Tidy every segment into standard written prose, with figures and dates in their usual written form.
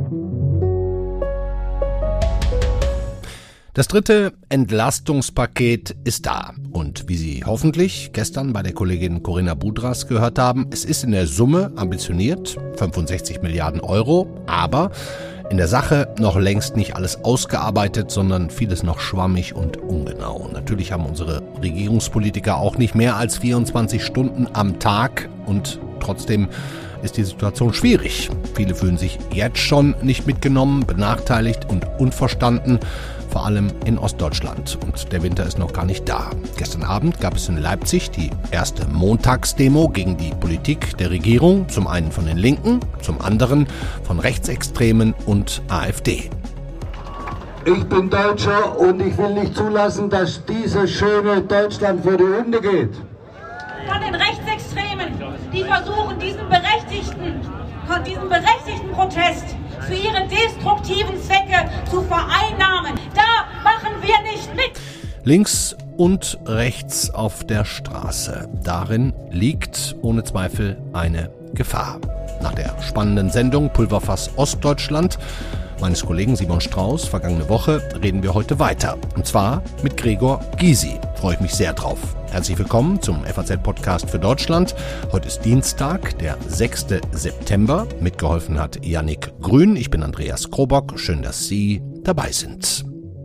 Das dritte Entlastungspaket ist da. Und wie Sie hoffentlich gestern bei der Kollegin Corinna Budras gehört haben, es ist in der Summe ambitioniert, 65 Milliarden Euro, aber in der Sache noch längst nicht alles ausgearbeitet, sondern vieles noch schwammig und ungenau. Natürlich haben unsere Regierungspolitiker auch nicht mehr als 24 Stunden am Tag und trotzdem ist die Situation schwierig. Viele fühlen sich jetzt schon nicht mitgenommen, benachteiligt und unverstanden, vor allem in Ostdeutschland. Und der Winter ist noch gar nicht da. Gestern Abend gab es in Leipzig die erste Montagsdemo gegen die Politik der Regierung, zum einen von den Linken, zum anderen von Rechtsextremen und AfD. Ich bin Deutscher und ich will nicht zulassen, dass dieses schöne Deutschland vor die Hunde geht. Von den Rechtsextremen, die versuchen, diesen berechtigten Protest für ihre destruktiven Zwecke zu vereinnahmen. Da machen wir nicht mit. Links und rechts auf der Straße. Darin liegt ohne Zweifel eine Gefahr. Nach der spannenden Sendung Pulverfass Ostdeutschland meines Kollegen Simon Strauß vergangene Woche reden wir heute weiter. Und zwar mit Gregor Gysi. Freue ich mich sehr drauf. Herzlich willkommen zum FAZ-Podcast für Deutschland. Heute ist Dienstag, der 6. September. Mitgeholfen hat Yannick Grün. Ich bin Andreas Krobock. Schön, dass Sie dabei sind.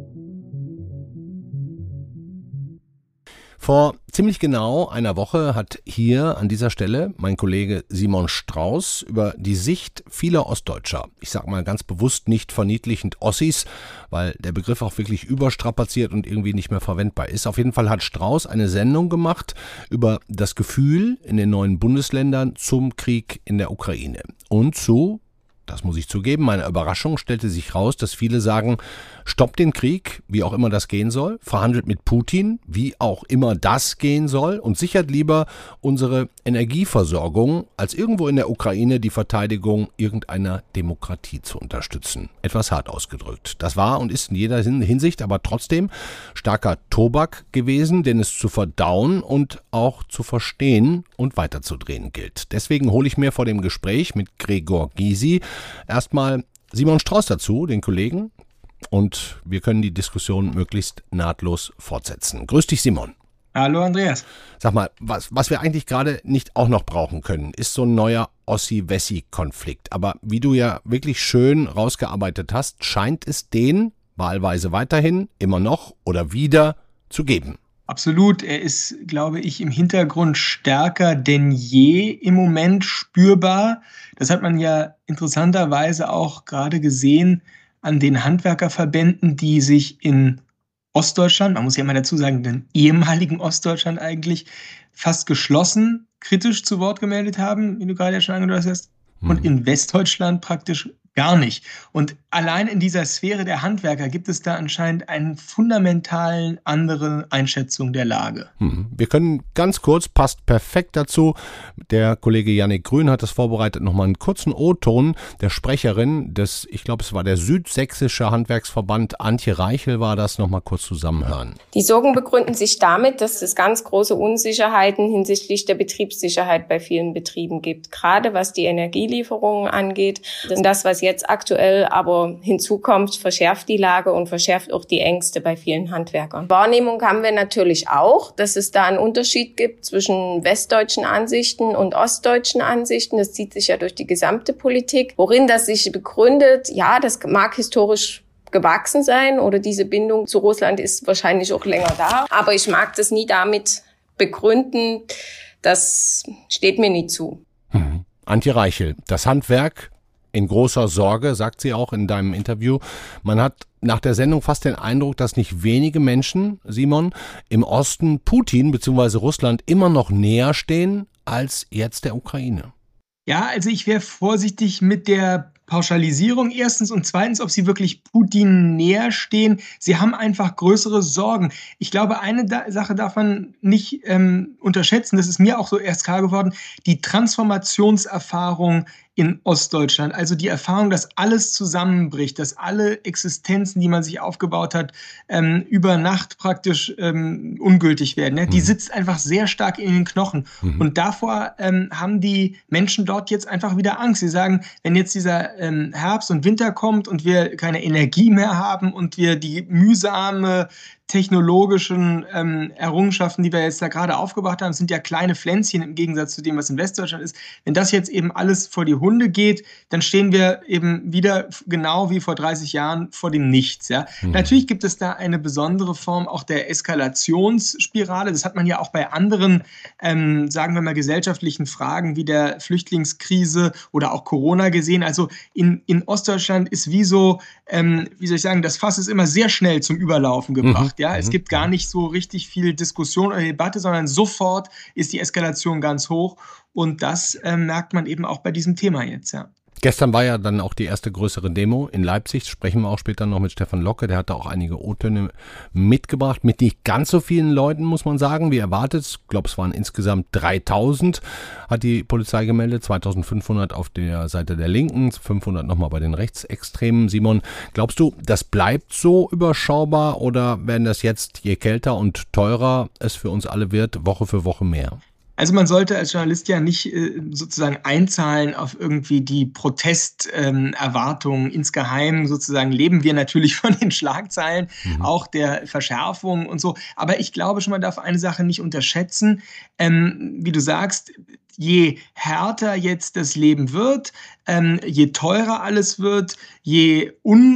Vor ziemlich genau einer Woche hat hier an dieser Stelle mein Kollege Simon Strauß über die Sicht vieler Ostdeutscher, ich sag mal ganz bewusst nicht verniedlichend Ossis, weil der Begriff auch wirklich überstrapaziert und irgendwie nicht mehr verwendbar ist. Auf jeden Fall hat Strauß eine Sendung gemacht über das Gefühl in den neuen Bundesländern zum Krieg in der Ukraine und zu, das muss ich zugeben, meiner Überraschung stellte sich raus, dass viele sagen, stoppt den Krieg, wie auch immer das gehen soll, verhandelt mit Putin, wie auch immer das gehen soll und sichert lieber unsere Energieversorgung, als irgendwo in der Ukraine die Verteidigung irgendeiner Demokratie zu unterstützen. Etwas hart ausgedrückt. Das war und ist in jeder Hinsicht aber trotzdem starker Tobak gewesen, den es zu verdauen und auch zu verstehen und weiterzudrehen gilt. Deswegen hole ich mir vor dem Gespräch mit Gregor Gysi erstmal Simon Strauß dazu, den Kollegen, und wir können die Diskussion möglichst nahtlos fortsetzen. Grüß dich, Simon. Hallo, Andreas. Sag mal, was wir eigentlich gerade nicht auch noch brauchen können, ist so ein neuer Ossi-Wessi-Konflikt. Aber wie du ja wirklich schön rausgearbeitet hast, scheint es den wahlweise weiterhin, immer noch oder wieder zu geben. Absolut. Er ist, glaube ich, im Hintergrund stärker denn je im Moment spürbar. Das hat man ja interessanterweise auch gerade gesehen an den Handwerkerverbänden, die sich in Ostdeutschland, man muss ja mal dazu sagen, den ehemaligen Ostdeutschland eigentlich, fast geschlossen kritisch zu Wort gemeldet haben, wie du gerade ja schon angedeutet hast, und in Westdeutschland praktisch gar nicht. Und allein in dieser Sphäre der Handwerker gibt es da anscheinend eine fundamental andere Einschätzung der Lage. Wir können ganz kurz, passt perfekt dazu, der Kollege Yannick Grün hat das vorbereitet, nochmal einen kurzen O-Ton der Sprecherin des, ich glaube es war der Südsächsische Handwerksverband, Antje Reichel war das, nochmal kurz zusammenhören. Die Sorgen begründen sich damit, dass es ganz große Unsicherheiten hinsichtlich der Betriebssicherheit bei vielen Betrieben gibt, gerade was die Energielieferungen angeht. Das, was jetzt aktuell aber hinzukommt, verschärft die Lage und verschärft auch die Ängste bei vielen Handwerkern. Wahrnehmung haben wir natürlich auch, dass es da einen Unterschied gibt zwischen westdeutschen Ansichten und ostdeutschen Ansichten. Das zieht sich ja durch die gesamte Politik. Worin das sich begründet, ja, das mag historisch gewachsen sein oder diese Bindung zu Russland ist wahrscheinlich auch länger da. Aber ich mag das nie damit begründen, das steht mir nie zu. Antje Reichel, das Handwerk in großer Sorge, sagt sie auch in deinem Interview. Man hat nach der Sendung fast den Eindruck, dass nicht wenige Menschen, Simon, im Osten Putin bzw. Russland immer noch näher stehen als jetzt der Ukraine. Ja, also ich wäre vorsichtig mit der Pauschalisierung erstens und zweitens, ob sie wirklich Putin näher stehen. Sie haben einfach größere Sorgen. Ich glaube, eine Sache darf man nicht unterschätzen, das ist mir auch so erst klar geworden, die Transformationserfahrung in Ostdeutschland. Also die Erfahrung, dass alles zusammenbricht, dass alle Existenzen, die man sich aufgebaut hat, über Nacht praktisch ungültig werden. Ne? Die sitzt einfach sehr stark in den Knochen. Und davor haben die Menschen dort jetzt einfach wieder Angst. Sie sagen, wenn jetzt dieser Herbst und Winter kommt und wir keine Energie mehr haben und wir die mühsame technologischen Errungenschaften, die wir jetzt da gerade aufgebaut haben, sind ja kleine Pflänzchen im Gegensatz zu dem, was in Westdeutschland ist. Wenn das jetzt eben alles vor die Hunde geht, dann stehen wir eben wieder genau wie vor 30 Jahren vor dem Nichts. Ja? Natürlich gibt es da eine besondere Form auch der Eskalationsspirale. Das hat man ja auch bei anderen, sagen wir mal, gesellschaftlichen Fragen wie der Flüchtlingskrise oder auch Corona gesehen. Also in Ostdeutschland ist wie so, wie soll ich sagen, das Fass ist immer sehr schnell zum Überlaufen gebracht. Ja, es gibt gar nicht so richtig viel Diskussion oder Debatte, sondern sofort ist die Eskalation ganz hoch. Und das merkt man eben auch bei diesem Thema jetzt, ja. Gestern war ja dann auch die erste größere Demo in Leipzig. Sprechen wir auch später noch mit Stefan Locke. Der hat da auch einige O-Töne mitgebracht. Mit nicht ganz so vielen Leuten, muss man sagen, wie erwartet. Ich glaube, es waren insgesamt 3000, hat die Polizei gemeldet. 2500 auf der Seite der Linken, 500 nochmal bei den Rechtsextremen. Simon, glaubst du, das bleibt so überschaubar oder werden das jetzt, je kälter und teurer es für uns alle wird, Woche für Woche mehr? Also man sollte als Journalist ja nicht sozusagen einzahlen auf irgendwie die Protesterwartungen. Insgeheim sozusagen leben wir natürlich von den Schlagzeilen, auch der Verschärfung und so. Aber ich glaube schon, man darf eine Sache nicht unterschätzen. Wie du sagst, je härter jetzt das Leben wird, je teurer alles wird, je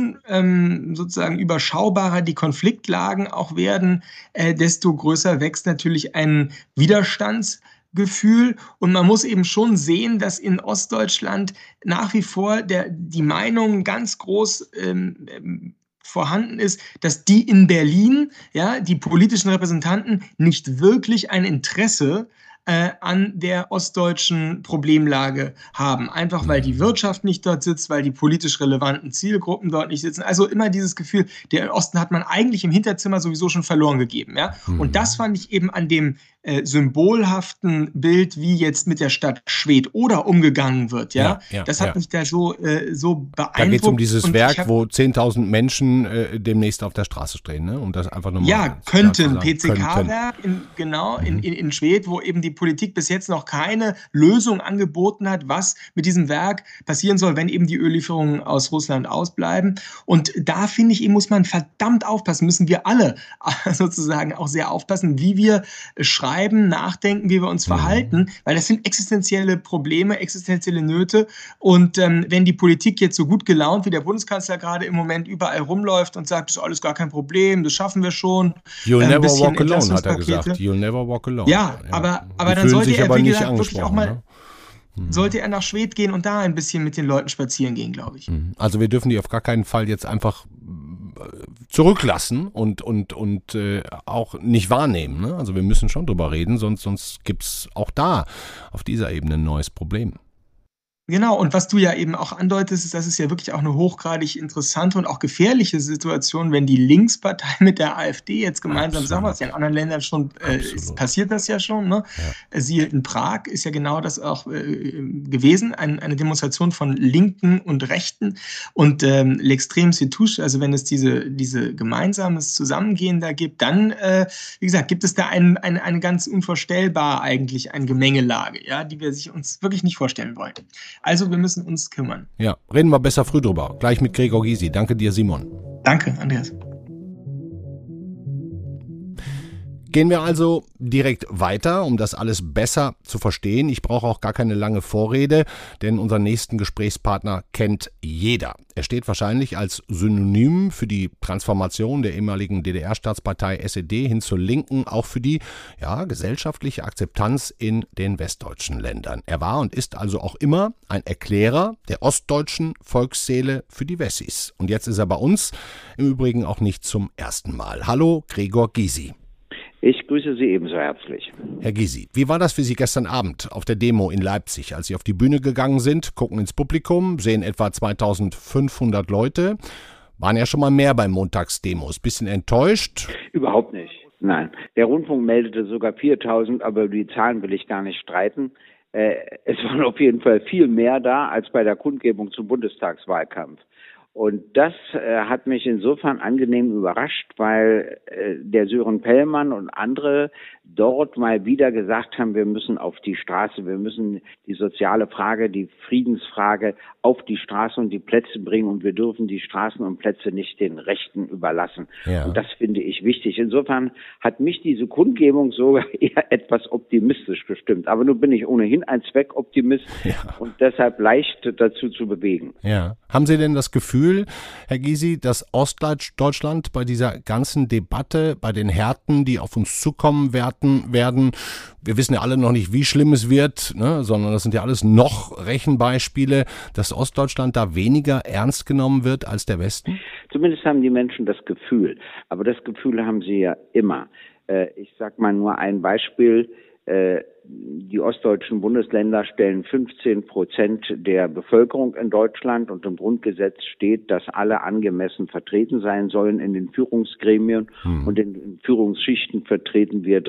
sozusagen überschaubarer die Konfliktlagen auch werden, desto größer wächst natürlich ein Widerstandsgefühl. Und man muss eben schon sehen, dass in Ostdeutschland nach wie vor die Meinung ganz groß vorhanden ist, dass die in Berlin, ja, die politischen Repräsentanten nicht wirklich ein Interesse an der ostdeutschen Problemlage haben. Einfach weil die Wirtschaft nicht dort sitzt, weil die politisch relevanten Zielgruppen dort nicht sitzen. Also immer dieses Gefühl, der Osten hat man eigentlich im Hinterzimmer sowieso schon verloren gegeben. Ja? Und das fand ich eben an dem symbolhaften Bild, wie jetzt mit der Stadt Schwedt-Oder umgegangen wird. Ja? Das hat mich da so beeindruckt. Da geht es um dieses Werk, wo 10.000 Menschen demnächst auf der Straße stehen, ne? Um das einfach nochmal könnten. PCK-Werk in Schwedt, wo eben die Politik bis jetzt noch keine Lösung angeboten hat, was mit diesem Werk passieren soll, wenn eben die Öllieferungen aus Russland ausbleiben. Und da, finde ich, muss man verdammt aufpassen, müssen wir alle sozusagen auch sehr aufpassen, wie wir schreiben, nachdenken, wie wir uns verhalten, weil das sind existenzielle Probleme, existenzielle Nöte. Und wenn die Politik jetzt so gut gelaunt, wie der Bundeskanzler gerade im Moment überall rumläuft und sagt, das ist alles gar kein Problem, das schaffen wir schon. You'll never walk alone, hat er gesagt. You'll never walk alone. Ja, aber dann sollte er, wie gesagt, wirklich auch mal, sollte er nach Schwedt gehen und da ein bisschen mit den Leuten spazieren gehen, glaube ich. Also wir dürfen die auf gar keinen Fall jetzt einfach zurücklassen und auch nicht wahrnehmen. Ne? Also wir müssen schon drüber reden, sonst gibt es auch da auf dieser Ebene ein neues Problem. Genau, und was du ja eben auch andeutest, ist, das ist ja wirklich auch eine hochgradig interessante und auch gefährliche Situation, wenn die Linkspartei mit der AfD jetzt gemeinsam sagen, was ja in anderen Ländern schon passiert das ja schon. Ne? Ja. Siehe in Prag ist ja genau das auch gewesen, eine Demonstration von Linken und Rechten und L'Extrême se touche, also wenn es diese gemeinsames Zusammengehen da gibt, dann, wie gesagt, gibt es da eine ganz unvorstellbar eigentlich eine Gemengelage, ja, die wir uns wirklich nicht vorstellen wollen. Also wir müssen uns kümmern. Ja, reden wir besser früh drüber. Gleich mit Gregor Gysi. Danke dir, Simon. Danke, Andreas. Gehen wir also direkt weiter, um das alles besser zu verstehen. Ich brauche auch gar keine lange Vorrede, denn unseren nächsten Gesprächspartner kennt jeder. Er steht wahrscheinlich als Synonym für die Transformation der ehemaligen DDR-Staatspartei SED hin zur Linken, auch für die gesellschaftliche Akzeptanz in den westdeutschen Ländern. Er war und ist also auch immer ein Erklärer der ostdeutschen Volksseele für die Wessis. Und jetzt ist er bei uns, im Übrigen auch nicht zum ersten Mal. Hallo, Gregor Gysi. Ich grüße Sie ebenso herzlich. Herr Gysi, wie war das für Sie gestern Abend auf der Demo in Leipzig, als Sie auf die Bühne gegangen sind, gucken ins Publikum, sehen etwa 2500 Leute, waren ja schon mal mehr bei Montagsdemos. Bisschen enttäuscht? Überhaupt nicht, nein. Der Rundfunk meldete sogar 4000, aber über die Zahlen will ich gar nicht streiten. Es waren auf jeden Fall viel mehr da als bei der Kundgebung zum Bundestagswahlkampf. Und das hat mich insofern angenehm überrascht, weil der Sören Pellmann und andere dort mal wieder gesagt haben, wir müssen auf die Straße, wir müssen die soziale Frage, die Friedensfrage auf die Straße und die Plätze bringen und wir dürfen die Straßen und Plätze nicht den Rechten überlassen. Ja. Und das finde ich wichtig. Insofern hat mich diese Kundgebung sogar eher etwas optimistisch gestimmt. Aber nun bin ich ohnehin ein Zweckoptimist und deshalb leicht dazu zu bewegen. Ja. Haben Sie denn das Gefühl, Herr Gysi, dass Ostdeutschland bei dieser ganzen Debatte, bei den Härten, die auf uns zukommen werden, wir wissen ja alle noch nicht, wie schlimm es wird, ne, sondern das sind ja alles noch Rechenbeispiele, dass Ostdeutschland da weniger ernst genommen wird als der Westen? Zumindest haben die Menschen das Gefühl. Aber das Gefühl haben sie ja immer. Ich sag mal nur ein Beispiel. Die ostdeutschen Bundesländer stellen 15% der Bevölkerung in Deutschland und im Grundgesetz steht, dass alle angemessen vertreten sein sollen in den Führungsgremien und in den Führungsschichten vertreten wir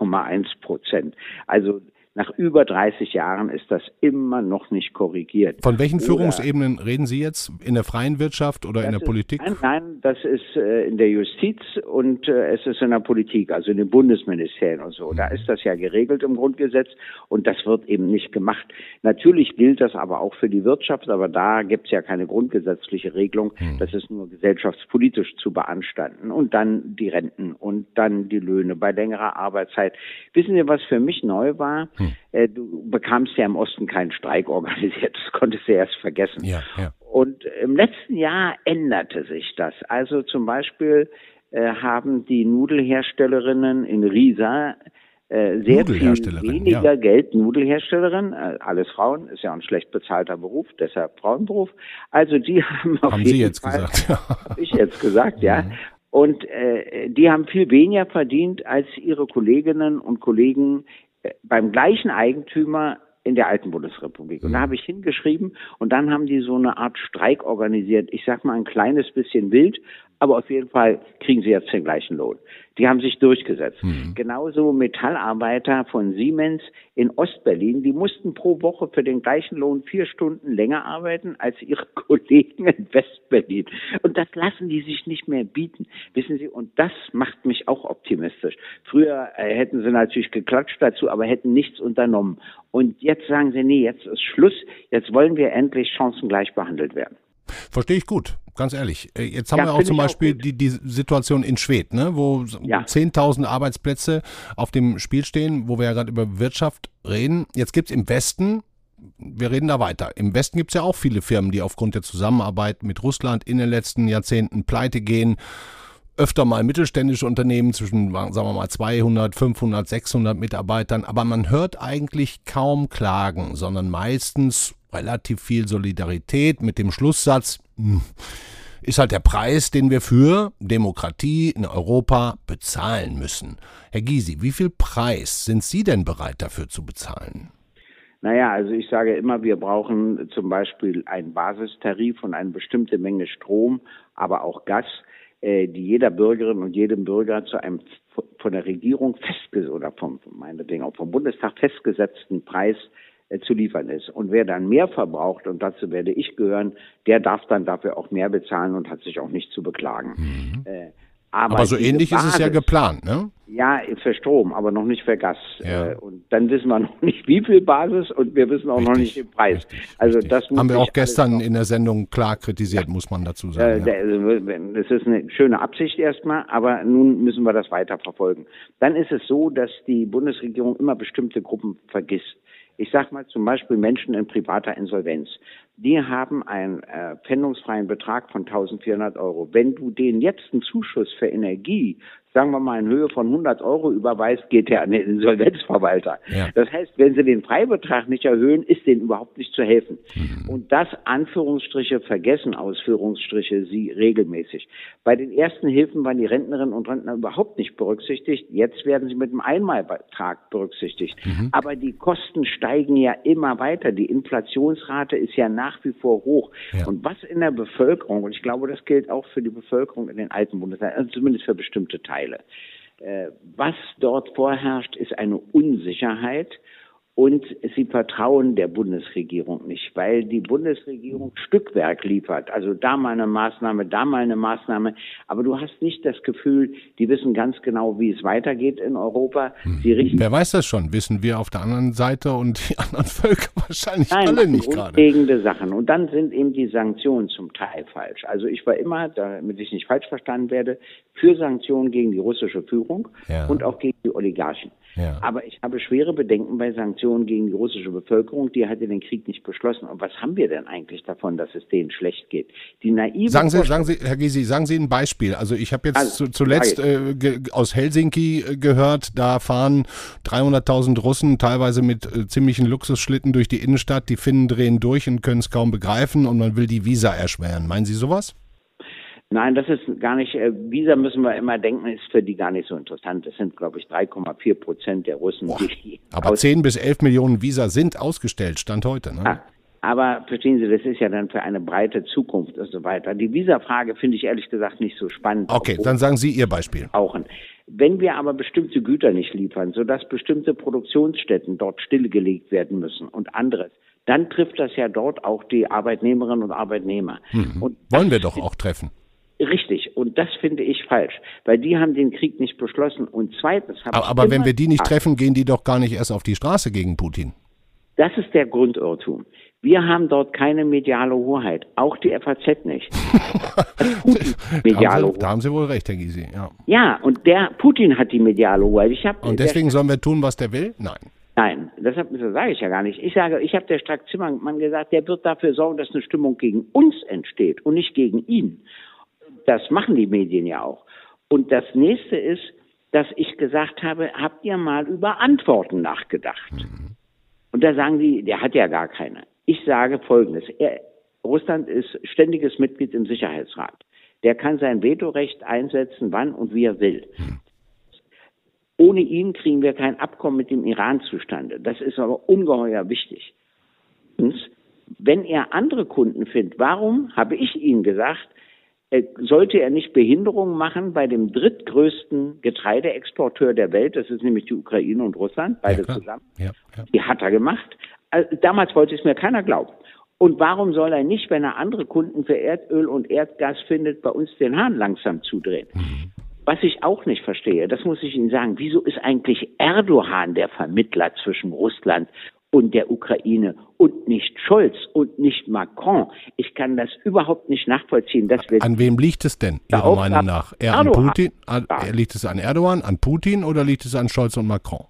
3,1%. Also nach über 30 Jahren ist das immer noch nicht korrigiert. Von welchen Führungsebenen reden Sie jetzt? In der freien Wirtschaft oder in der Politik? Nein, das ist in der Justiz und es ist in der Politik, also in den Bundesministerien und so. Da ist das ja geregelt im Grundgesetz und das wird eben nicht gemacht. Natürlich gilt das aber auch für die Wirtschaft, aber da gibt es ja keine grundgesetzliche Regelung. Das ist nur gesellschaftspolitisch zu beanstanden. Und dann die Renten und dann die Löhne bei längerer Arbeitszeit. Wissen Sie, was für mich neu war? Du bekamst ja im Osten keinen Streik organisiert, das konntest du erst vergessen. Ja. Und im letzten Jahr änderte sich das. Also zum Beispiel haben die Nudelherstellerinnen in Riesa sehr viel weniger Geld, Nudelherstellerin, alles Frauen, ist ja ein schlecht bezahlter Beruf, deshalb Frauenberuf. Also die haben auf jeden Sie jetzt Fall, gesagt? Habe ich jetzt gesagt, ja. Und die haben viel weniger verdient als ihre Kolleginnen und Kollegen beim gleichen Eigentümer in der alten Bundesrepublik. Und da habe ich hingeschrieben und dann haben die so eine Art Streik organisiert. Ich sag mal ein kleines bisschen wild, aber auf jeden Fall kriegen sie jetzt den gleichen Lohn. Die haben sich durchgesetzt. Genauso Metallarbeiter von Siemens in Ostberlin, die mussten pro Woche für den gleichen Lohn 4 Stunden länger arbeiten als ihre Kollegen in Westberlin. Und das lassen die sich nicht mehr bieten, wissen Sie. Und das macht mich auch optimistisch. Früher hätten sie natürlich geklatscht dazu, aber hätten nichts unternommen. Und jetzt sagen sie, nee, jetzt ist Schluss. Jetzt wollen wir endlich chancengleich behandelt werden. Verstehe ich gut, ganz ehrlich. Jetzt haben wir auch zum Beispiel die Situation in Schwedt, ne, wo 10.000 Arbeitsplätze auf dem Spiel stehen, wo wir ja gerade über Wirtschaft reden. Jetzt gibt es im Westen, wir reden da weiter, im Westen gibt es ja auch viele Firmen, die aufgrund der Zusammenarbeit mit Russland in den letzten Jahrzehnten pleite gehen. Öfter mal mittelständische Unternehmen zwischen, sagen wir mal, 200, 500, 600 Mitarbeitern. Aber man hört eigentlich kaum Klagen, sondern meistens relativ viel Solidarität mit dem Schlusssatz, ist halt der Preis, den wir für Demokratie in Europa bezahlen müssen. Herr Gysi, wie viel Preis sind Sie denn bereit dafür zu bezahlen? Naja, also ich sage immer, wir brauchen zum Beispiel einen Basistarif und eine bestimmte Menge Strom, aber auch Gas, die jeder Bürgerin und jedem Bürger zu einem von der Regierung oder meinetwegen auch vom Bundestag festgesetzten Preis zu liefern ist. Und wer dann mehr verbraucht, und dazu werde ich gehören, der darf dann dafür auch mehr bezahlen und hat sich auch nicht zu beklagen. Aber so ähnlich ist es ja geplant, ne? Ja, für Strom, aber noch nicht für Gas. Und dann wissen wir noch nicht, wie viel Basis und wir wissen auch noch nicht den Preis. Also das haben wir auch gestern in der Sendung klar kritisiert, muss man dazu sagen. Das ist eine schöne Absicht erstmal, aber nun müssen wir das weiter verfolgen. Dann ist es so, dass die Bundesregierung immer bestimmte Gruppen vergisst. Ich sage mal zum Beispiel Menschen in privater Insolvenz. Die haben einen pfändungsfreien Betrag von 1.400 €. Wenn du denen jetzt einen Zuschuss für Energie, sagen wir mal in Höhe von 100 € überweist, geht der an den Insolvenzverwalter. Ja. Das heißt, wenn sie den Freibetrag nicht erhöhen, ist denen überhaupt nicht zu helfen. Und das, Anführungsstriche, vergessen Ausführungsstriche sie regelmäßig. Bei den ersten Hilfen waren die Rentnerinnen und Rentner überhaupt nicht berücksichtigt. Jetzt werden sie mit einem Einmalbetrag berücksichtigt. Aber die Kosten steigen ja immer weiter. Die Inflationsrate ist ja nach wie vor hoch. Ja. Und was in der Bevölkerung, und ich glaube, das gilt auch für die Bevölkerung in den alten Bundesländern, also zumindest für bestimmte Teile, was dort vorherrscht, ist eine Unsicherheit. Und sie vertrauen der Bundesregierung nicht, weil die Bundesregierung Stückwerk liefert. Also da mal eine Maßnahme, da mal eine Maßnahme. Aber du hast nicht das Gefühl, die wissen ganz genau, wie es weitergeht in Europa. Wer weiß das schon? Wissen wir auf der anderen Seite und die anderen Völker wahrscheinlich alle nicht gerade. Grundlegende Sachen. Und dann sind eben die Sanktionen zum Teil falsch. Also ich war immer, damit ich nicht falsch verstanden werde, für Sanktionen gegen die russische Führung und auch gegen die Oligarchen. Ja. Aber ich habe schwere Bedenken bei Sanktionen gegen die russische Bevölkerung. Die hat ja den Krieg nicht beschlossen. Und was haben wir denn eigentlich davon, dass es denen schlecht geht? Die naive sagen Sie, Herr Gysi, sagen Sie ein Beispiel. Also ich habe jetzt zuletzt aus Helsinki gehört, da fahren 300.000 Russen teilweise mit ziemlichen Luxusschlitten durch die Innenstadt. Die Finnen drehen durch und können es kaum begreifen und man will die Visa erschweren. Meinen Sie sowas? Nein, das ist gar nicht, Visa müssen wir immer denken, ist für die gar nicht so interessant. Das sind, glaube ich, 3,4% der Russen. Aber 10 bis 11 Millionen Visa sind ausgestellt, Stand heute. Ne? Ja, aber verstehen Sie, das ist ja dann für eine breite Zukunft und so weiter. Die Visa-Frage finde ich ehrlich gesagt nicht so spannend. Okay, dann sagen Sie Ihr Beispiel. Wenn wir aber bestimmte Güter nicht liefern, sodass bestimmte Produktionsstätten dort stillgelegt werden müssen und anderes, dann trifft das ja dort auch die Arbeitnehmerinnen und Arbeitnehmer. Und wollen wir doch auch treffen. Richtig. Und das finde ich falsch, weil die haben den Krieg nicht beschlossen. Und zweitens aber wenn wir die nicht treffen, gehen die doch gar nicht erst auf die Straße gegen Putin. Das ist der Grundirrtum. Wir haben dort keine mediale Hoheit, auch die FAZ nicht. Da haben Sie wohl recht, Herr Gysi. Ja, und Putin hat die mediale Hoheit. Und deswegen sollen wir tun, was der will? Nein, deshalb sage ich ja gar nicht. Ich habe der Strack-Zimmermann gesagt, der wird dafür sorgen, dass eine Stimmung gegen uns entsteht und nicht gegen ihn. Das machen die Medien ja auch. Und das nächste ist, dass ich gesagt habe, habt ihr mal über Antworten nachgedacht? Und da sagen die, der hat ja gar keine. Ich sage Folgendes. Russland ist ständiges Mitglied im Sicherheitsrat. Der kann sein Vetorecht einsetzen, wann und wie er will. Ohne ihn kriegen wir kein Abkommen mit dem Iran zustande. Das ist aber ungeheuer wichtig. Wenn er andere Kunden findet, warum, habe ich Ihnen gesagt, sollte er nicht Behinderungen machen bei dem drittgrößten Getreideexporteur der Welt, das ist nämlich die Ukraine und Russland, beide zusammen. Ja. Die hat er gemacht. Also, damals wollte es mir keiner glauben. Und warum soll er nicht, wenn er andere Kunden für Erdöl und Erdgas findet, bei uns den Hahn langsam zudrehen? Was ich auch nicht verstehe, das muss ich Ihnen sagen, wieso ist eigentlich Erdogan der Vermittler zwischen Russland und der Ukraine und nicht Scholz und nicht Macron? Ich kann das überhaupt nicht nachvollziehen. An wem liegt es denn, Ihrer Meinung nach? An Putin? Liegt es an Erdogan, an Putin oder liegt es an Scholz und Macron?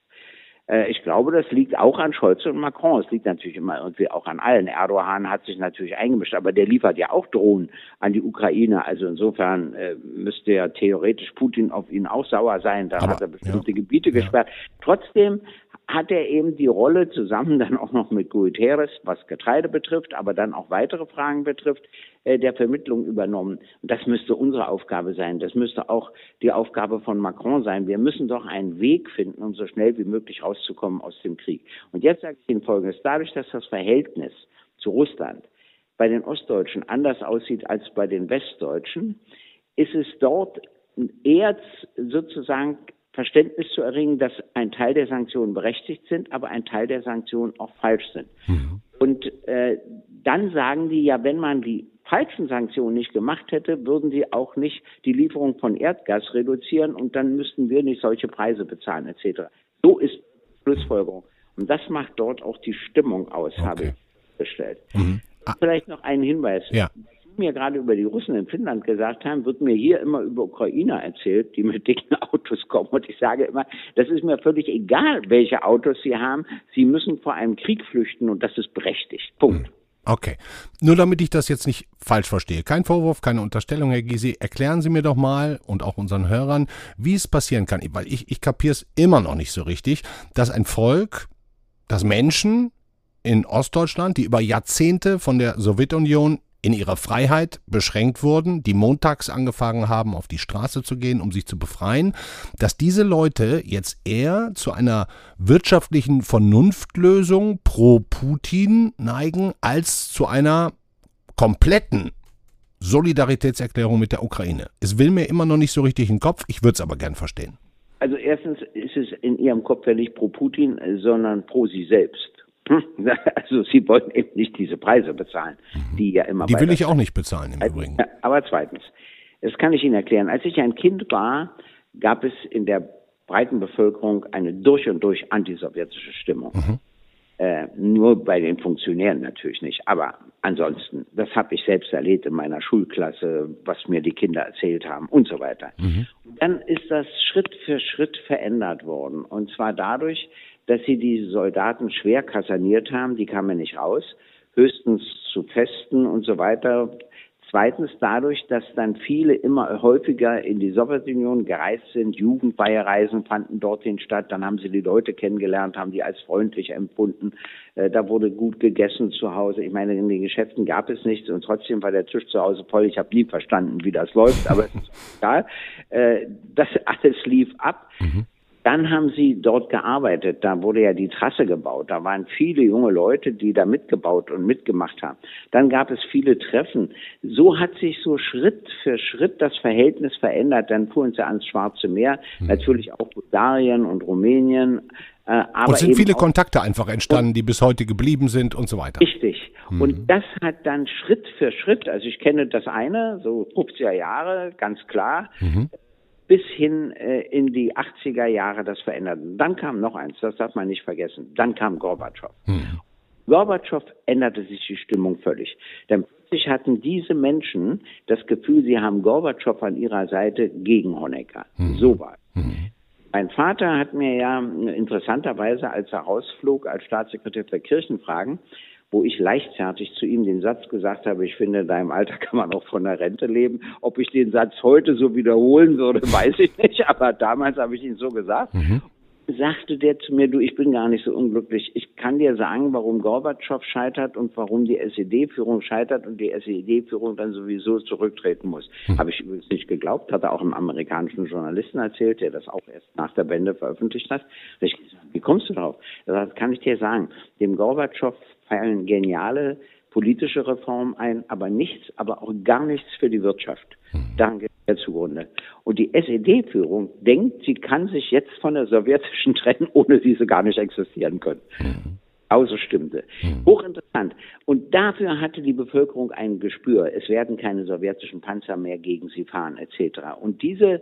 Ich glaube, das liegt auch an Scholz und Macron. Es liegt natürlich immer irgendwie auch an allen. Erdogan hat sich natürlich eingemischt, aber der liefert ja auch Drohnen an die Ukraine. Also insofern müsste ja theoretisch Putin auf ihn auch sauer sein. Dann hat er bestimmte Gebiete gesperrt. Trotzdem hat er eben die Rolle zusammen dann auch noch mit Guterres, was Getreide betrifft, aber dann auch weitere Fragen betrifft, der Vermittlung übernommen. Und das müsste unsere Aufgabe sein. Das müsste auch die Aufgabe von Macron sein. Wir müssen doch einen Weg finden, um so schnell wie möglich rauszukommen aus dem Krieg. Und jetzt sage ich Ihnen Folgendes. Dadurch, dass das Verhältnis zu Russland bei den Ostdeutschen anders aussieht als bei den Westdeutschen, ist es dort eher sozusagen Verständnis zu erringen, dass ein Teil der Sanktionen berechtigt sind, aber ein Teil der Sanktionen auch falsch sind. Und dann sagen die ja, wenn man die falschen Sanktionen nicht gemacht hätte, würden sie auch nicht die Lieferung von Erdgas reduzieren und dann müssten wir nicht solche Preise bezahlen etc. So ist die Schlussfolgerung. Und das macht dort auch die Stimmung aus, habe ich festgestellt. Vielleicht noch einen Hinweis. Ja. Mir gerade über die Russen in Finnland gesagt haben, wird mir hier immer über Ukrainer erzählt, die mit dicken Autos kommen. Und ich sage immer, das ist mir völlig egal, welche Autos sie haben. Sie müssen vor einem Krieg flüchten und das ist berechtigt. Punkt. Okay. Nur damit ich das jetzt nicht falsch verstehe. Kein Vorwurf, keine Unterstellung, Herr Gysi. Erklären Sie mir doch mal und auch unseren Hörern, wie es passieren kann. Weil ich kapiere es immer noch nicht so richtig, dass ein Volk, dass Menschen in Ostdeutschland, die über Jahrzehnte von der Sowjetunion in ihrer Freiheit beschränkt wurden, die montags angefangen haben, auf die Straße zu gehen, um sich zu befreien, dass diese Leute jetzt eher zu einer wirtschaftlichen Vernunftlösung pro Putin neigen, als zu einer kompletten Solidaritätserklärung mit der Ukraine. Es will mir immer noch nicht so richtig in den Kopf, ich würde es aber gern verstehen. Also erstens ist ist es in ihrem Kopf ja nicht pro Putin, sondern pro sie selbst. Also sie wollen eben nicht diese Preise bezahlen, die ja immer. Die will ich auch nicht bezahlen im Übrigen. Aber zweitens, das kann ich Ihnen erklären. Als ich ein Kind war, gab es in der breiten Bevölkerung eine durch und durch antisowjetische Stimmung. Nur bei den Funktionären natürlich nicht. Aber ansonsten, das habe ich selbst erlebt in meiner Schulklasse, was mir die Kinder erzählt haben und so weiter. Und dann ist das Schritt für Schritt verändert worden. Und zwar dadurch, dass sie die Soldaten schwer kaserniert haben, die kamen nicht raus, höchstens zu Festen und so weiter. Zweitens dadurch, dass dann viele immer häufiger in die Sowjetunion gereist sind, Jugendweihereisen fanden dorthin statt, dann haben sie die Leute kennengelernt, haben die als freundlich empfunden, da wurde gut gegessen zu Hause. Ich meine, in den Geschäften gab es nichts und trotzdem war der Tisch zu Hause voll. Ich habe nie verstanden, wie das läuft, aber es ist egal. Das alles lief ab. Dann haben sie dort gearbeitet, da wurde ja die Trasse gebaut, da waren viele junge Leute, die da mitgebaut und mitgemacht haben. Dann gab es viele Treffen. So hat sich so Schritt für Schritt das Verhältnis verändert. Dann fuhren sie ans Schwarze Meer, natürlich auch Bulgarien und Rumänien. Aber und sind viele Kontakte einfach entstanden, die bis heute geblieben sind und so weiter. Richtig. Und das hat dann Schritt für Schritt, also ich kenne das eine, so 50er Jahre, ganz klar, bis hin in die 80er Jahre das verändert. Und dann kam noch eins, das darf man nicht vergessen. Dann kam Gorbatschow. Gorbatschow änderte sich die Stimmung völlig. Denn plötzlich hatten diese Menschen das Gefühl, sie haben Gorbatschow an ihrer Seite gegen Honecker. So war es. Mein Vater hat mir ja interessanterweise, als er rausflog als Staatssekretär für Kirchenfragen, wo ich leichtfertig zu ihm den Satz gesagt habe, ich finde, in deinem Alter kann man auch von der Rente leben. Ob ich den Satz heute so wiederholen würde, weiß ich nicht, aber damals habe ich ihn so gesagt. Sagte der zu mir, du, ich bin gar nicht so unglücklich. Ich kann dir sagen, warum Gorbatschow scheitert und warum die SED-Führung scheitert und die SED-Führung dann sowieso zurücktreten muss. Habe ich übrigens nicht geglaubt, hat er auch einem amerikanischen Journalisten erzählt, der das auch erst nach der Wende veröffentlicht hat. Da ich gesagt, wie kommst du drauf? Das kann ich dir sagen. Dem Gorbatschow fallen geniale politische Reformen ein, aber nichts, aber auch gar nichts für die Wirtschaft. Daran geht er zugrunde. Und die SED-Führung denkt, sie kann sich jetzt von der sowjetischen trennen, ohne sie gar nicht existieren können. Genauso stimmte. Hochinteressant. Und dafür hatte die Bevölkerung ein Gespür. Es werden keine sowjetischen Panzer mehr gegen sie fahren, etc. Und diese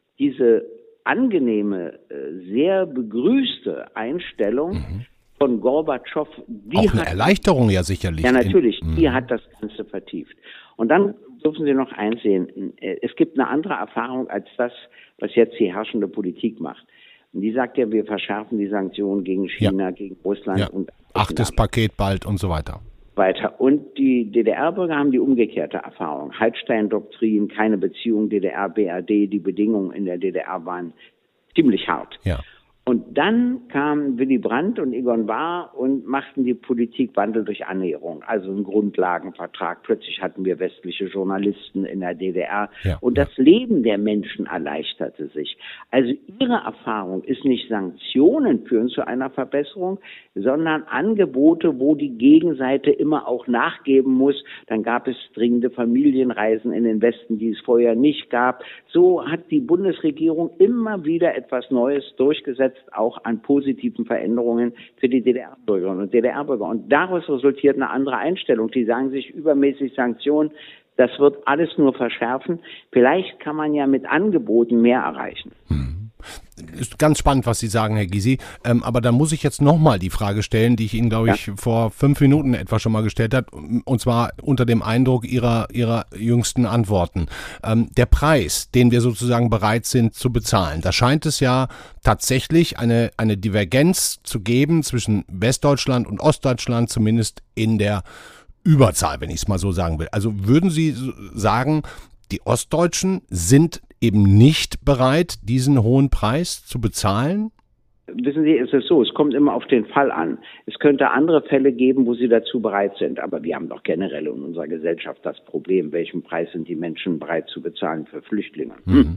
angenehme, sehr begrüßte Einstellung von Gorbatschow, die auch eine Erleichterung ja sicherlich. Ja, natürlich. Die hat das Ganze vertieft. Und dann dürfen Sie noch eins sehen. Es gibt eine andere Erfahrung als das, was jetzt die herrschende Politik macht. Und die sagt ja, wir verschärfen die Sanktionen gegen China, gegen Russland und 8. Paket bald und so weiter. Und die DDR-Bürger haben die umgekehrte Erfahrung. Hallstein-Doktrin, keine Beziehung DDR-BRD, die Bedingungen in der DDR waren ziemlich hart. Ja. Und dann kamen Willy Brandt und Egon Bahr und machten die Politikwandel durch Annäherung, also einen Grundlagenvertrag. Plötzlich hatten wir westliche Journalisten in der DDR und das Leben der Menschen erleichterte sich. Also ihre Erfahrung ist nicht Sanktionen führen zu einer Verbesserung, sondern Angebote, wo die Gegenseite immer auch nachgeben muss. Dann gab es dringende Familienreisen in den Westen, die es vorher nicht gab. So hat die Bundesregierung immer wieder etwas Neues durchgesetzt, auch an positiven Veränderungen für die DDR-Bürgerinnen und DDR-Bürger. Und daraus resultiert eine andere Einstellung. Die sagen sich, übermäßig Sanktionen, das wird alles nur verschärfen. Vielleicht kann man ja mit Angeboten mehr erreichen. Ist ganz spannend, was Sie sagen, Herr Gysi. Aber da muss ich jetzt nochmal die Frage stellen, die ich Ihnen, glaube ich, vor 5 Minuten etwa schon mal gestellt habe. Und zwar unter dem Eindruck Ihrer jüngsten Antworten. Der Preis, den wir sozusagen bereit sind zu bezahlen, da scheint es ja tatsächlich eine Divergenz zu geben zwischen Westdeutschland und Ostdeutschland, zumindest in der Überzahl, wenn ich es mal so sagen will. Also würden Sie sagen, die Ostdeutschen sind eben nicht bereit, diesen hohen Preis zu bezahlen? Wissen Sie, es ist so, es kommt immer auf den Fall an. Es könnte andere Fälle geben, wo sie dazu bereit sind. Aber wir haben doch generell in unserer Gesellschaft das Problem, welchen Preis sind die Menschen bereit zu bezahlen für Flüchtlinge?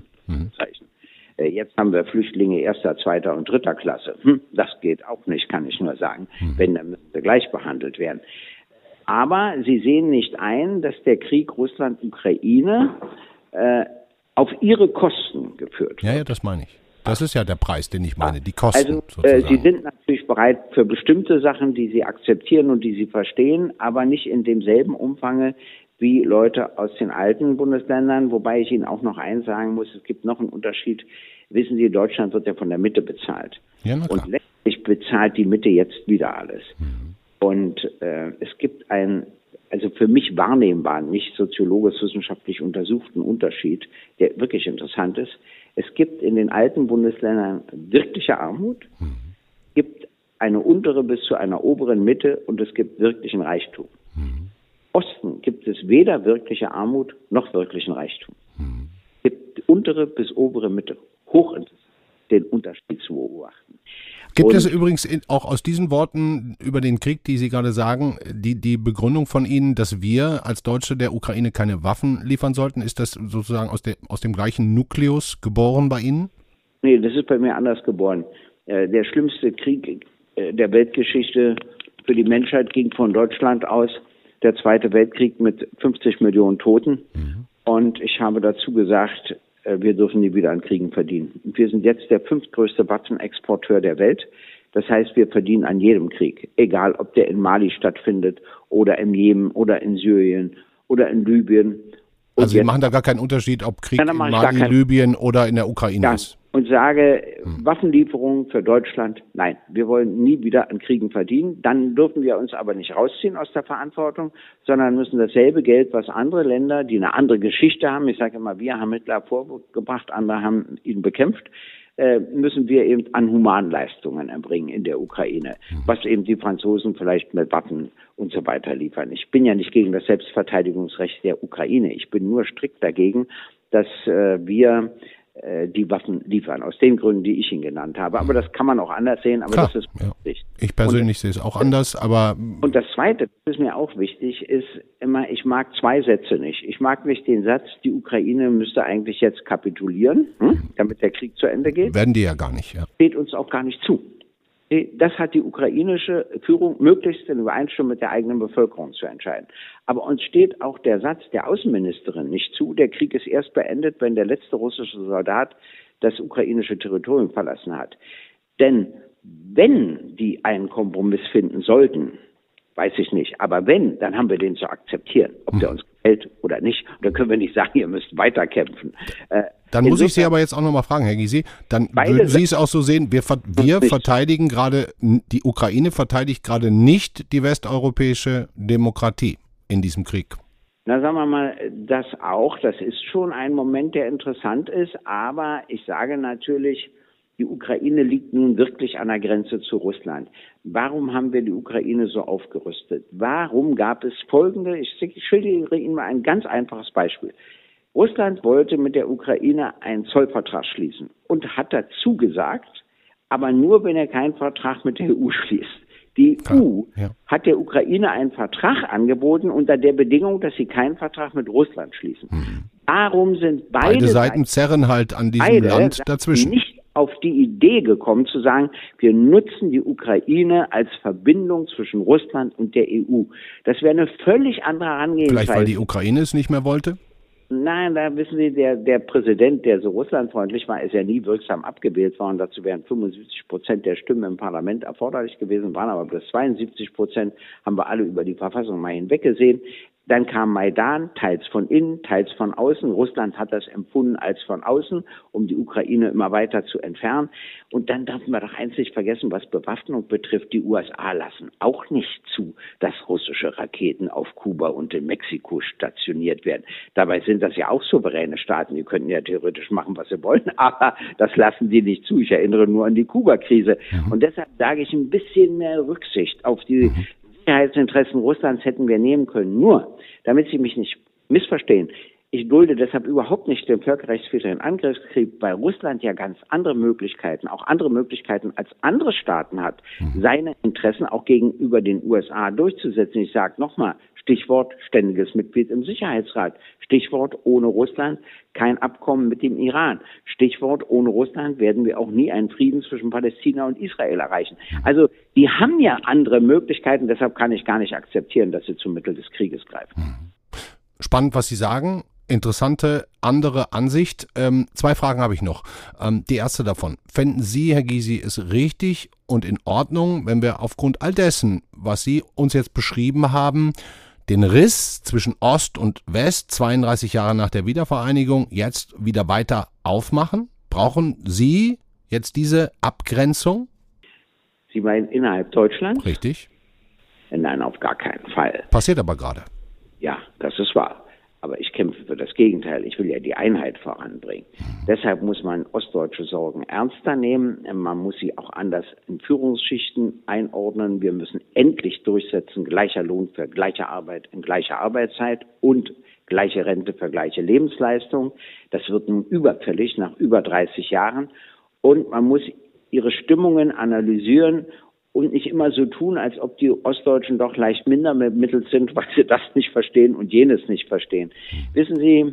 Jetzt haben wir Flüchtlinge 1., 2. und 3. Klasse. Das geht auch nicht, kann ich nur sagen. Wenn, dann müssen sie gleich behandelt werden. Aber sie sehen nicht ein, dass der Krieg Russland-Ukraine auf ihre Kosten geführt wird. Ja, das meine ich. Das ist ja der Preis, den ich meine, die Kosten sozusagen. Sie sind natürlich bereit für bestimmte Sachen, die sie akzeptieren und die sie verstehen, aber nicht in demselben Umfange wie Leute aus den alten Bundesländern, wobei ich Ihnen auch noch eins sagen muss, es gibt noch einen Unterschied. Wissen Sie, Deutschland wird ja von der Mitte bezahlt. Ja, und letztlich bezahlt die Mitte jetzt wieder alles. Und es gibt also für mich wahrnehmbaren, nicht soziologisch-wissenschaftlich untersuchten Unterschied, der wirklich interessant ist. Es gibt in den alten Bundesländern wirkliche Armut, es gibt eine untere bis zu einer oberen Mitte und es gibt wirklichen Reichtum. Im Osten gibt es weder wirkliche Armut noch wirklichen Reichtum. Es gibt untere bis obere Mitte. Hochinteressant, den Unterschied zu beobachten. Gibt es übrigens auch aus diesen Worten über den Krieg, die Sie gerade sagen, die Begründung von Ihnen, dass wir als Deutsche der Ukraine keine Waffen liefern sollten? Ist das sozusagen aus dem gleichen Nukleus geboren bei Ihnen? Nee, das ist bei mir anders geboren. Der schlimmste Krieg der Weltgeschichte für die Menschheit ging von Deutschland aus. Der Zweite Weltkrieg mit 50 Millionen Toten. Und ich habe dazu gesagt, wir dürfen nie wieder an Kriegen verdienen. Und wir sind jetzt der 5. größte Waffenexporteur der Welt. Das heißt, wir verdienen an jedem Krieg, egal ob der in Mali stattfindet oder im Jemen oder in Syrien oder in Libyen. Also Sie machen da gar keinen Unterschied, ob Krieg in Mali, Libyen oder in der Ukraine ist? Und sage, Waffenlieferungen für Deutschland, nein, wir wollen nie wieder an Kriegen verdienen. Dann dürfen wir uns aber nicht rausziehen aus der Verantwortung, sondern müssen dasselbe Geld, was andere Länder, die eine andere Geschichte haben, ich sage immer, wir haben Hitler vorgebracht, andere haben ihn bekämpft, müssen wir eben an Humanleistungen erbringen in der Ukraine, was eben die Franzosen vielleicht mit Waffen und so weiter liefern. Ich bin ja nicht gegen das Selbstverteidigungsrecht der Ukraine. Ich bin nur strikt dagegen, dass wir die Waffen liefern, aus den Gründen, die ich Ihnen genannt habe. Aber das kann man auch anders sehen, aber klar, das ist wichtig. Ich persönlich sehe es auch anders, aber... Und das Zweite, das ist mir auch wichtig, ist immer, ich mag zwei Sätze nicht. Ich mag nicht den Satz, die Ukraine müsste eigentlich jetzt kapitulieren, damit der Krieg zu Ende geht. Werden die ja gar nicht, ja. Steht uns auch gar nicht zu. Das hat die ukrainische Führung möglichst in Übereinstimmung mit der eigenen Bevölkerung zu entscheiden. Aber uns steht auch der Satz der Außenministerin nicht zu, der Krieg ist erst beendet, wenn der letzte russische Soldat das ukrainische Territorium verlassen hat. Denn wenn die einen Kompromiss finden sollten, weiß ich nicht, aber wenn, dann haben wir den zu akzeptieren, ob der uns gefällt oder nicht. Und dann können wir nicht sagen, ihr müsst weiterkämpfen. Dann muss ich Sie aber jetzt auch nochmal fragen, Herr Gysi, dann würden Sie es auch so sehen, wir verteidigen gerade, die Ukraine verteidigt gerade nicht die westeuropäische Demokratie in diesem Krieg. Na, sagen wir mal, das auch. Das ist schon ein Moment, der interessant ist. Aber ich sage natürlich, die Ukraine liegt nun wirklich an der Grenze zu Russland. Warum haben wir die Ukraine so aufgerüstet? Warum gab es folgende, ich schildere Ihnen mal ein ganz einfaches Beispiel. Russland wollte mit der Ukraine einen Zollvertrag schließen und hat dazu gesagt, aber nur, wenn er keinen Vertrag mit der EU schließt. Die EU hat der Ukraine einen Vertrag angeboten unter der Bedingung, dass sie keinen Vertrag mit Russland schließen. Warum sind beide Seiten zerren halt an diesem Land dazwischen. Nicht auf die Idee gekommen zu sagen, wir nutzen die Ukraine als Verbindung zwischen Russland und der EU. Das wäre eine völlig andere Herangehensweise. Vielleicht, weil die Ukraine es nicht mehr wollte? Nein, da wissen Sie, der Präsident, der so russlandfreundlich war, ist ja nie wirksam abgewählt worden. Dazu wären 75% der Stimmen im Parlament erforderlich gewesen, waren aber bis 72%, haben wir alle über die Verfassung mal hinweggesehen. Dann kam Maidan, teils von innen, teils von außen. Russland hat das empfunden als von außen, um die Ukraine immer weiter zu entfernen. Und dann dürfen wir doch eins nicht vergessen, was Bewaffnung betrifft. Die USA lassen auch nicht zu, dass russische Raketen auf Kuba und in Mexiko stationiert werden. Dabei sind das ja auch souveräne Staaten. Die könnten ja theoretisch machen, was sie wollen, aber das lassen die nicht zu. Ich erinnere nur an die Kuba-Krise. Und deshalb sage ich, ein bisschen mehr Rücksicht auf die Sicherheitsinteressen Russlands hätten wir nehmen können. Nur, damit Sie mich nicht missverstehen, ich dulde deshalb überhaupt nicht den völkerrechtswidrigen Angriffskrieg, weil Russland ja ganz andere Möglichkeiten, auch andere Möglichkeiten als andere Staaten hat, seine Interessen auch gegenüber den USA durchzusetzen. Ich sage nochmal, Stichwort ständiges Mitglied im Sicherheitsrat. Stichwort ohne Russland kein Abkommen mit dem Iran. Stichwort ohne Russland werden wir auch nie einen Frieden zwischen Palästina und Israel erreichen. Also die haben ja andere Möglichkeiten, deshalb kann ich gar nicht akzeptieren, dass sie zum Mittel des Krieges greifen. Spannend, was Sie sagen. Interessante andere Ansicht. 2 Fragen habe ich noch. Die erste davon. Fänden Sie, Herr Gysi, es richtig und in Ordnung, wenn wir aufgrund all dessen, was Sie uns jetzt beschrieben haben, den Riss zwischen Ost und West 32 Jahre nach der Wiedervereinigung jetzt wieder weiter aufmachen? Brauchen Sie jetzt diese Abgrenzung? Sie meinen innerhalb Deutschlands? Richtig. Nein, auf gar keinen Fall. Passiert aber gerade. Ja, das ist wahr. Aber ich kämpfe für das Gegenteil. Ich will ja die Einheit voranbringen. Deshalb muss man ostdeutsche Sorgen ernster nehmen. Man muss sie auch anders in Führungsschichten einordnen. Wir müssen endlich durchsetzen, gleicher Lohn für gleiche Arbeit in gleicher Arbeitszeit und gleiche Rente für gleiche Lebensleistung. Das wird nun überfällig nach über 30 Jahren. Und man muss ihre Stimmungen analysieren und nicht immer so tun, als ob die Ostdeutschen doch leicht minder bemittelt sind, weil sie das nicht verstehen und jenes nicht verstehen. Wissen Sie,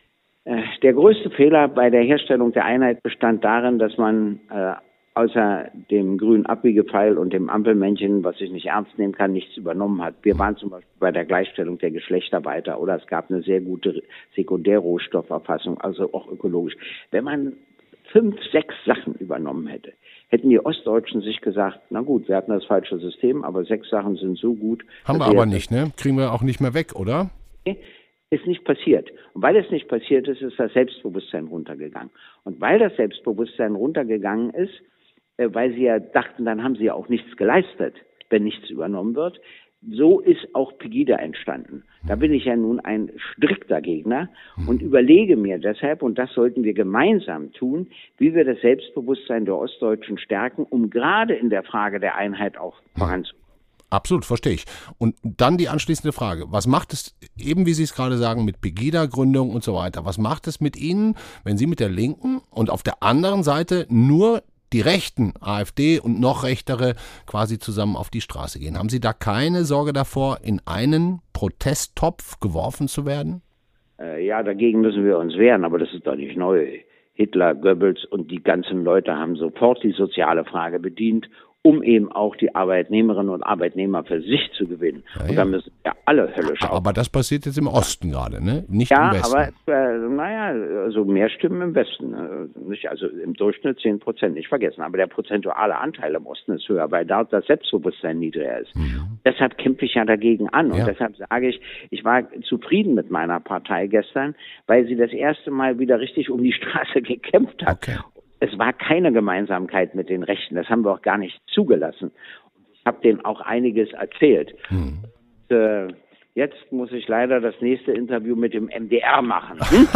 der größte Fehler bei der Herstellung der Einheit bestand darin, dass man außer dem grünen Abbiegepfeil und dem Ampelmännchen, was ich nicht ernst nehmen kann, nichts übernommen hat. Wir waren zum Beispiel bei der Gleichstellung der Geschlechter weiter oder es gab eine sehr gute Sekundärrohstofferfassung, also auch ökologisch. Wenn man 5, 6 Sachen übernommen hätte, hätten die Ostdeutschen sich gesagt, na gut, wir hatten das falsche System, aber 6 Sachen sind so gut. Haben wir aber nicht, ne? Kriegen wir auch nicht mehr weg, oder? Ist nicht passiert. Und weil es nicht passiert ist, ist das Selbstbewusstsein runtergegangen. Und weil das Selbstbewusstsein runtergegangen ist, weil sie ja dachten, dann haben sie ja auch nichts geleistet, wenn nichts übernommen wird, so ist auch Pegida entstanden. Da bin ich ja nun ein strikter Gegner und überlege mir deshalb, und das sollten wir gemeinsam tun, wie wir das Selbstbewusstsein der Ostdeutschen stärken, um gerade in der Frage der Einheit auch voranzukommen. Absolut, verstehe ich. Und dann die anschließende Frage. Was macht es, eben wie Sie es gerade sagen, mit Pegida-Gründung und so weiter, was macht es mit Ihnen, wenn Sie mit der Linken und auf der anderen Seite nur die Rechten, AfD und noch Rechtere, quasi zusammen auf die Straße gehen? Haben Sie da keine Sorge davor, in einen Protesttopf geworfen zu werden? Ja, dagegen müssen wir uns wehren, aber das ist doch nicht neu. Hitler, Goebbels und die ganzen Leute haben sofort die soziale Frage bedient, um eben auch die Arbeitnehmerinnen und Arbeitnehmer für sich zu gewinnen. Ja, und da müssen ja alle höllisch auf. Aber das passiert jetzt im Osten gerade, ne? Nicht im Westen. Ja, aber also mehr Stimmen im Westen. Nicht, also im Durchschnitt 10%, nicht vergessen. Aber der prozentuale Anteil im Osten ist höher, weil dort das Selbstbewusstsein niedriger ist. Deshalb kämpfe ich ja dagegen an. Und deshalb sage ich war zufrieden mit meiner Partei gestern, weil sie das erste Mal wieder richtig um die Straße gekämpft hat. Okay. Es war keine Gemeinsamkeit mit den Rechten, das haben wir auch gar nicht zugelassen. Ich habe denen auch einiges erzählt. Und, jetzt muss ich leider das nächste Interview mit dem MDR machen.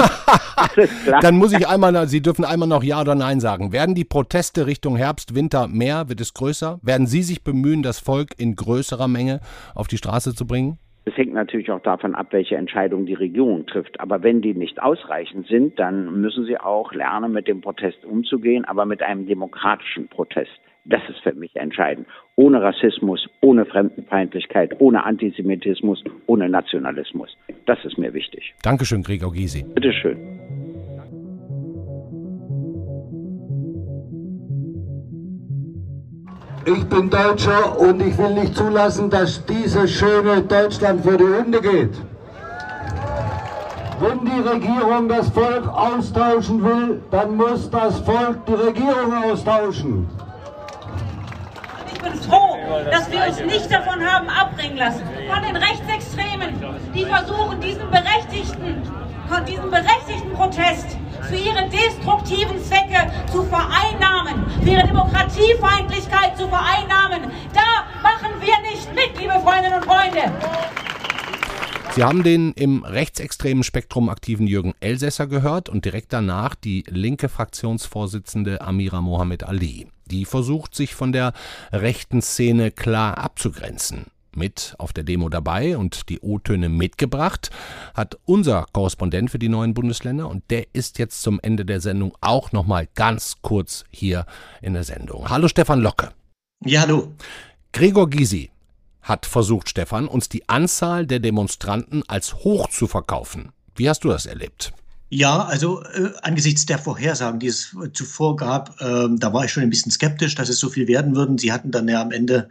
Alles klar. Dann muss ich Sie dürfen einmal noch Ja oder Nein sagen. Werden die Proteste Richtung Herbst, Winter mehr? Wird es größer? Werden Sie sich bemühen, das Volk in größerer Menge auf die Straße zu bringen? Es hängt natürlich auch davon ab, welche Entscheidung die Regierung trifft. Aber wenn die nicht ausreichend sind, dann müssen sie auch lernen, mit dem Protest umzugehen, aber mit einem demokratischen Protest. Das ist für mich entscheidend. Ohne Rassismus, ohne Fremdenfeindlichkeit, ohne Antisemitismus, ohne Nationalismus. Das ist mir wichtig. Dankeschön, Gregor Gysi. Bitteschön. Ich bin Deutscher und ich will nicht zulassen, dass dieses schöne Deutschland vor die Hunde geht. Wenn die Regierung das Volk austauschen will, dann muss das Volk die Regierung austauschen. Ich bin froh, dass wir uns nicht davon haben abbringen lassen, von den Rechtsextremen, die versuchen, diesen berechtigten Protest für ihre destruktiven Zwecke zu vereinnahmen, für ihre Demokratiefeindlichkeit zu vereinnahmen. Da machen wir nicht mit, liebe Freundinnen und Freunde. Sie haben den im rechtsextremen Spektrum aktiven Jürgen Elsässer gehört und direkt danach die linke Fraktionsvorsitzende Amira Mohamed Ali. Die versucht, sich von der rechten Szene klar abzugrenzen. Mit auf der Demo dabei und die O-Töne mitgebracht hat unser Korrespondent für die neuen Bundesländer und der ist jetzt zum Ende der Sendung auch nochmal ganz kurz hier in der Sendung. Hallo Stefan Locke. Ja, hallo. Gregor Gysi hat versucht, Stefan, uns die Anzahl der Demonstranten als hoch zu verkaufen. Wie hast du das erlebt? Ja, also angesichts der Vorhersagen, die es zuvor gab, da war ich schon ein bisschen skeptisch, dass es so viel werden würden. Sie hatten dann ja am Ende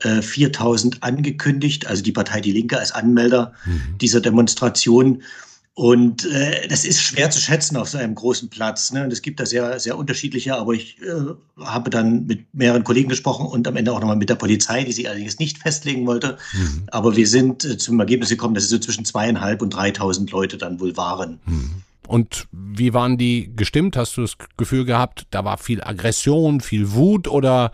4.000 angekündigt, also die Partei Die Linke als Anmelder dieser Demonstration. Und das ist schwer zu schätzen auf so einem großen Platz. Ne? Und es gibt da sehr, sehr unterschiedliche, aber ich habe dann mit mehreren Kollegen gesprochen und am Ende auch nochmal mit der Polizei, die sich allerdings nicht festlegen wollte. Aber wir sind zum Ergebnis gekommen, dass es so zwischen 2.500 und 3.000 Leute dann wohl waren. Und wie waren die gestimmt? Hast du das Gefühl gehabt, da war viel Aggression, viel Wut oder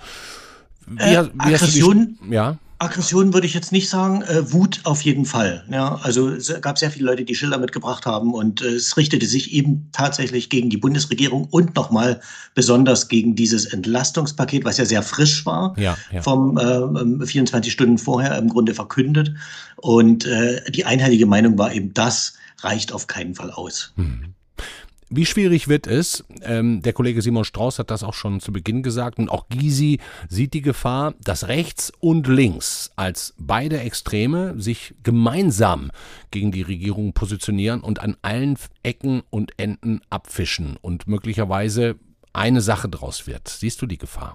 Aggression? Ja. Aggression würde ich jetzt nicht sagen, Wut auf jeden Fall. Ja, also es gab sehr viele Leute, die Schilder mitgebracht haben und es richtete sich eben tatsächlich gegen die Bundesregierung und nochmal besonders gegen dieses Entlastungspaket, was ja sehr frisch war, vom 24 Stunden vorher im Grunde verkündet. Und die einhellige Meinung war eben, das reicht auf keinen Fall aus. Wie schwierig wird es? Der Kollege Simon Strauß hat das auch schon zu Beginn gesagt und auch Gysi sieht die Gefahr, dass rechts und links als beide Extreme sich gemeinsam gegen die Regierung positionieren und an allen Ecken und Enden abfischen und möglicherweise eine Sache draus wird. Siehst du die Gefahr?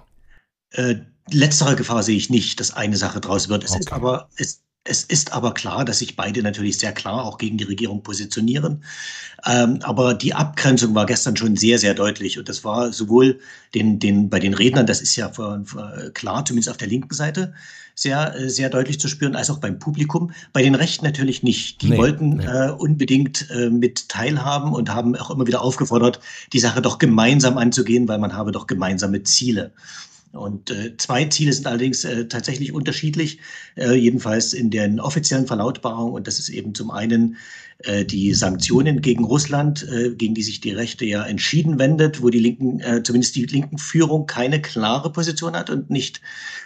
Letztere Gefahr sehe ich nicht, dass eine Sache draus wird. Es ist aber klar, dass sich beide natürlich sehr klar auch gegen die Regierung positionieren. Aber die Abgrenzung war gestern schon sehr, sehr deutlich. Und das war sowohl bei den Rednern, das ist ja klar, zumindest auf der linken Seite, sehr, sehr deutlich zu spüren, als auch beim Publikum. Bei den Rechten natürlich nicht. Die wollten unbedingt mit teilhaben und haben auch immer wieder aufgefordert, die Sache doch gemeinsam anzugehen, weil man habe doch gemeinsame Ziele. Und zwei Ziele sind allerdings tatsächlich unterschiedlich, jedenfalls in den offiziellen Verlautbarungen. Und das ist eben zum einen die Sanktionen gegen Russland, gegen die sich die Rechte ja entschieden wendet, wo die Linken, zumindest die linken Führung, keine klare Position hat und nicht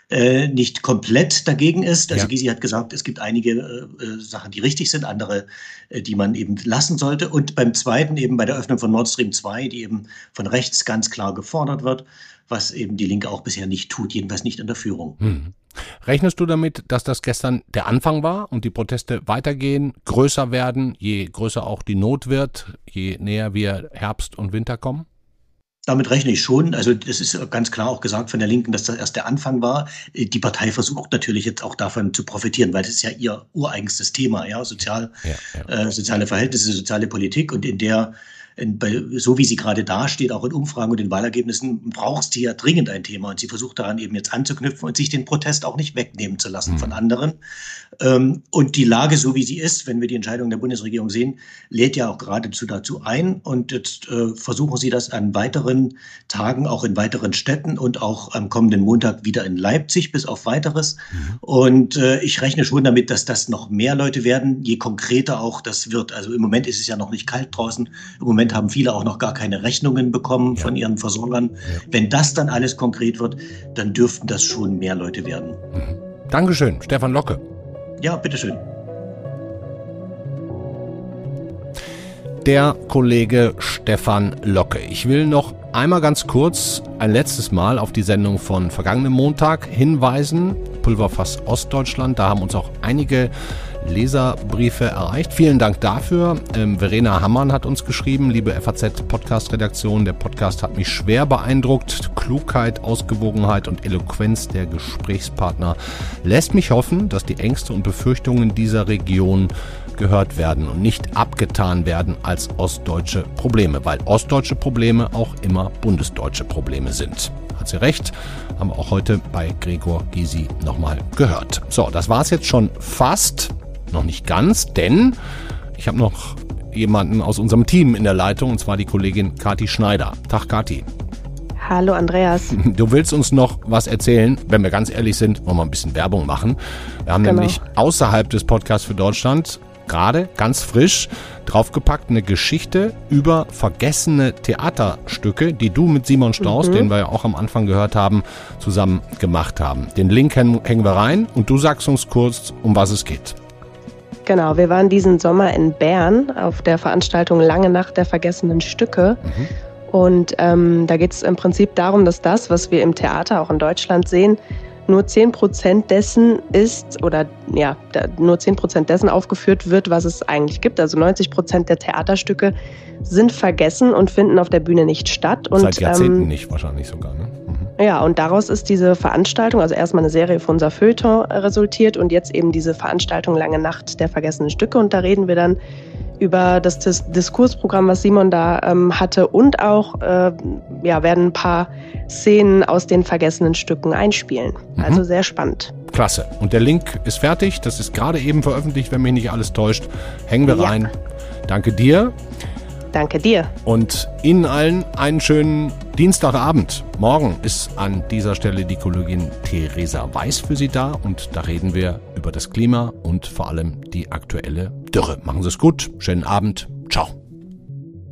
komplett dagegen ist. Also Gysi hat gesagt, es gibt einige Sachen, die richtig sind, andere, die man eben lassen sollte. Und beim zweiten eben bei der Öffnung von Nord Stream 2, die eben von rechts ganz klar gefordert wird, was eben die Linke auch bisher nicht tut, jedenfalls nicht in der Führung. Rechnest du damit, dass das gestern der Anfang war und die Proteste weitergehen, größer werden, je größer auch die Not wird, je näher wir Herbst und Winter kommen? Damit rechne ich schon. Also das ist ganz klar auch gesagt von der Linken, dass das erst der Anfang war. Die Partei versucht natürlich jetzt auch davon zu profitieren, weil das ist ja ihr ureigenstes Thema, soziale Verhältnisse, soziale Politik und so wie sie gerade dasteht, auch in Umfragen und in Wahlergebnissen, braucht sie ja dringend ein Thema. Und sie versucht daran eben jetzt anzuknüpfen und sich den Protest auch nicht wegnehmen zu lassen von anderen. Und die Lage, so wie sie ist, wenn wir die Entscheidung der Bundesregierung sehen, lädt ja auch geradezu dazu ein. Und jetzt versuchen sie das an weiteren Tagen, auch in weiteren Städten und auch am kommenden Montag wieder in Leipzig, bis auf Weiteres. Und ich rechne schon damit, dass das noch mehr Leute werden, je konkreter auch das wird. Also im Moment ist es ja noch nicht kalt draußen. Im Moment haben viele auch noch gar keine Rechnungen bekommen von ihren Versorgern. Wenn das dann alles konkret wird, dann dürften das schon mehr Leute werden. Dankeschön, Stefan Locke. Ja, bitteschön. Der Kollege Stefan Locke. Ich will noch einmal ganz kurz ein letztes Mal auf die Sendung von vergangenem Montag hinweisen. Pulverfass Ostdeutschland, da haben uns auch einige Leserbriefe erreicht. Vielen Dank dafür. Verena Hammann hat uns geschrieben, liebe FAZ-Podcast-Redaktion, der Podcast hat mich schwer beeindruckt. Klugheit, Ausgewogenheit und Eloquenz der Gesprächspartner lässt mich hoffen, dass die Ängste und Befürchtungen dieser Region gehört werden und nicht abgetan werden als ostdeutsche Probleme, weil ostdeutsche Probleme auch immer bundesdeutsche Probleme sind. Hat sie recht, haben wir auch heute bei Gregor Gysi nochmal gehört. So, das war es jetzt schon fast, noch nicht ganz, denn ich habe noch jemanden aus unserem Team in der Leitung, und zwar die Kollegin Kathi Schneider. Tag, Kathi. Hallo, Andreas. Du willst uns noch was erzählen, wenn wir ganz ehrlich sind, wollen wir ein bisschen Werbung machen. Wir haben nämlich außerhalb des Podcasts für Deutschland gerade ganz frisch draufgepackt eine Geschichte über vergessene Theaterstücke, die du mit Simon Strauß, den wir ja auch am Anfang gehört haben, zusammen gemacht haben. Den Link hängen wir rein und du sagst uns kurz, um was es geht. Genau, wir waren diesen Sommer in Bern auf der Veranstaltung Lange Nacht der vergessenen Stücke. Und da geht es im Prinzip darum, dass das, was wir im Theater auch in Deutschland sehen, nur 10% dessen ist, oder ja, nur 10% dessen aufgeführt wird, was es eigentlich gibt. Also 90% der Theaterstücke sind vergessen und finden auf der Bühne nicht statt. Und, seit Jahrzehnten nicht, wahrscheinlich sogar, ne? Ja, und daraus ist diese Veranstaltung, also erstmal eine Serie für unser Feuilleton resultiert und jetzt eben diese Veranstaltung Lange Nacht der vergessenen Stücke. Und da reden wir dann über das Diskursprogramm, was Simon da hatte und auch werden ein paar Szenen aus den vergessenen Stücken einspielen. Also sehr spannend. Klasse. Und der Link ist fertig. Das ist gerade eben veröffentlicht, wenn mich nicht alles täuscht. Hängen wir rein. Danke dir. Danke dir. Und Ihnen allen einen schönen Dienstagabend. Morgen ist an dieser Stelle die Kollegin Theresa Weiß für Sie da und da reden wir über das Klima und vor allem die aktuelle Dürre. Machen Sie es gut. Schönen Abend. Ciao.